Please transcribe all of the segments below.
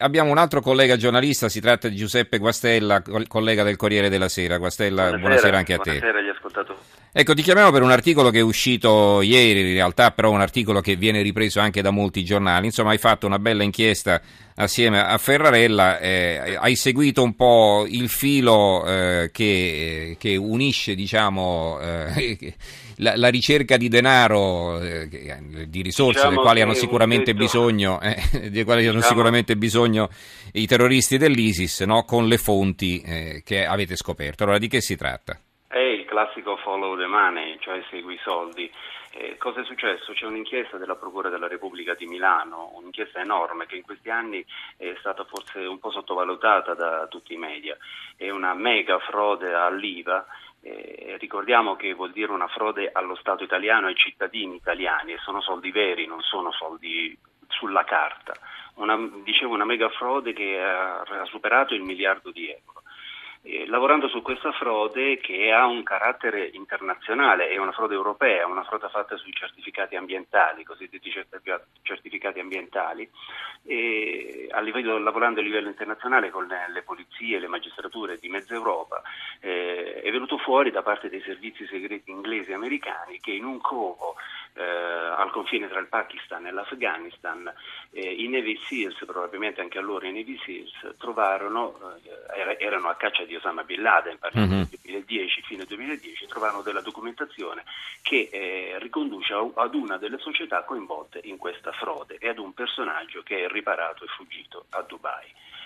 abbiamo un altro collega giornalista, si tratta di Giuseppe Guastella, collega del Corriere della Sera. Guastella, buonasera anche a te. Buonasera agli ascoltatori. Ecco, ti chiamiamo per un articolo che è uscito ieri, in realtà però un articolo che viene ripreso anche da molti giornali. Insomma, hai fatto una bella inchiesta assieme a Ferrarella, hai seguito un po' il filo che unisce, diciamo, la ricerca di denaro, di risorse, delle quali hanno sicuramente bisogno, sicuramente bisogno i terroristi dell'ISIS, no? Con le fonti che avete scoperto. Allora, di che si tratta? È il classico follow the money, cioè segui i soldi. Cosa è successo? C'è un'inchiesta della Procura della Repubblica di Milano, un'inchiesta enorme che in questi anni è stata forse un po' sottovalutata da tutti i media. È una mega frode all'IVA. Ricordiamo che vuol dire una frode allo Stato italiano e ai cittadini italiani, e sono soldi veri, non sono soldi sulla carta. Una mega frode che ha superato il miliardo di euro. Lavorando su questa frode, che ha un carattere internazionale, è una frode europea, una frode fatta sui certificati ambientali, cosiddetti certificati ambientali, e lavorando a livello internazionale con le polizie e le magistrature di mezza Europa, è venuto fuori da parte dei servizi segreti inglesi e americani che in un covo al confine tra il Pakistan e l'Afghanistan i Navy Seals, probabilmente anche allora i Navy Seals, erano a caccia di Osama Bin Laden, parliamo del 2010, fine 2010, trovarono della documentazione che riconduce ad una delle società coinvolte in questa frode e ad un personaggio che è riparato e fuggito a Dubai.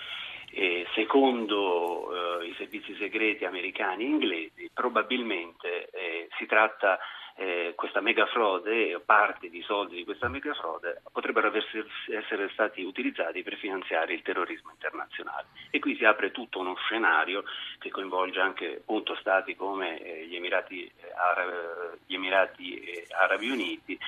Secondo i servizi segreti americani e inglesi, probabilmente si tratta questa mega frode, parte di soldi di questa mega frode potrebbero essere stati utilizzati per finanziare il terrorismo internazionale. E qui si apre tutto uno scenario che coinvolge anche appunto stati come gli Emirati Arabi Uniti,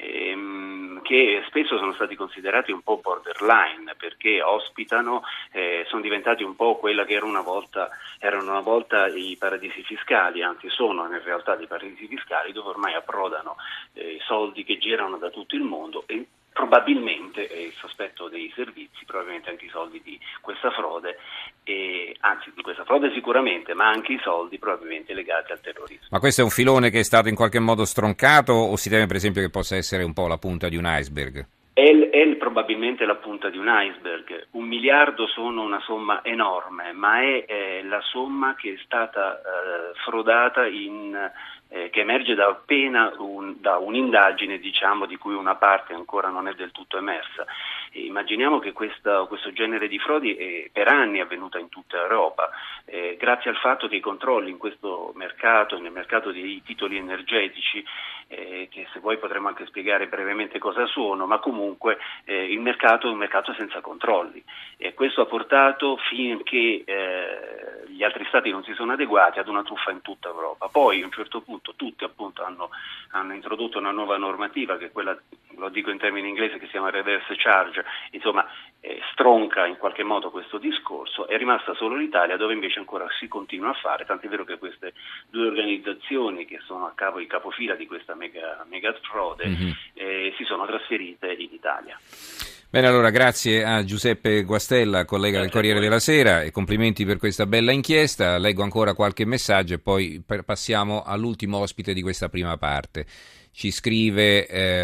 che spesso sono stati considerati un po' borderline perché ospitano, sono diventati un po' quella che erano una volta i paradisi fiscali, anzi sono in realtà dei paradisi fiscali dove ormai approdano soldi che girano da tutto il mondo e probabilmente, il sospetto dei servizi, probabilmente anche i soldi di questa frode, anzi di questa frode sicuramente, ma anche i soldi probabilmente legati al terrorismo. Ma questo è un filone che è stato in qualche modo stroncato o si teme per esempio che possa essere un po' la punta di un iceberg? È probabilmente la punta di un iceberg. 1 miliardo sono una somma enorme, ma è la somma che è stata frodata che emerge da un'indagine, diciamo, di cui una parte ancora non è del tutto emersa. Immaginiamo che questo genere di frodi per anni è avvenuta in tutta Europa, grazie al fatto che i controlli in questo mercato, nel mercato dei titoli energetici, che se vuoi potremmo anche spiegare brevemente cosa sono, ma comunque il mercato è un mercato senza controlli, e questo ha portato, finché gli altri stati non si sono adeguati, ad una truffa in tutta Europa. Poi a un certo punto tutti appunto hanno introdotto una nuova normativa, che è quella, lo dico in termini inglesi, che si chiama reverse charge, insomma stronca in qualche modo questo discorso. È rimasta solo l'Italia, dove invece ancora si continua a fare, tant'è vero che queste due organizzazioni che sono i capofila di questa mega frode si sono trasferite in Italia. Bene, allora grazie a Giuseppe Guastella, collega del Corriere della Sera, e complimenti per questa bella inchiesta. Leggo ancora qualche messaggio e poi passiamo all'ultimo ospite di questa prima parte. Ci scrive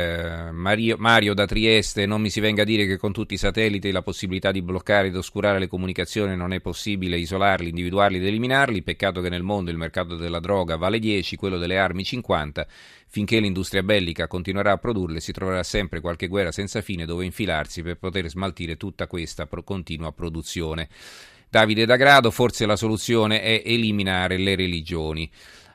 Mario da Trieste: non mi si venga a dire che con tutti i satelliti e la possibilità di bloccare ed oscurare le comunicazioni non è possibile isolarli, individuarli ed eliminarli. Peccato che nel mondo il mercato della droga vale 10, quello delle armi 50. Finché l'industria bellica continuerà a produrle, si troverà sempre qualche guerra senza fine dove infilarsi per poter smaltire tutta questa continua produzione. Davide da Grado: forse la soluzione è eliminare le religioni.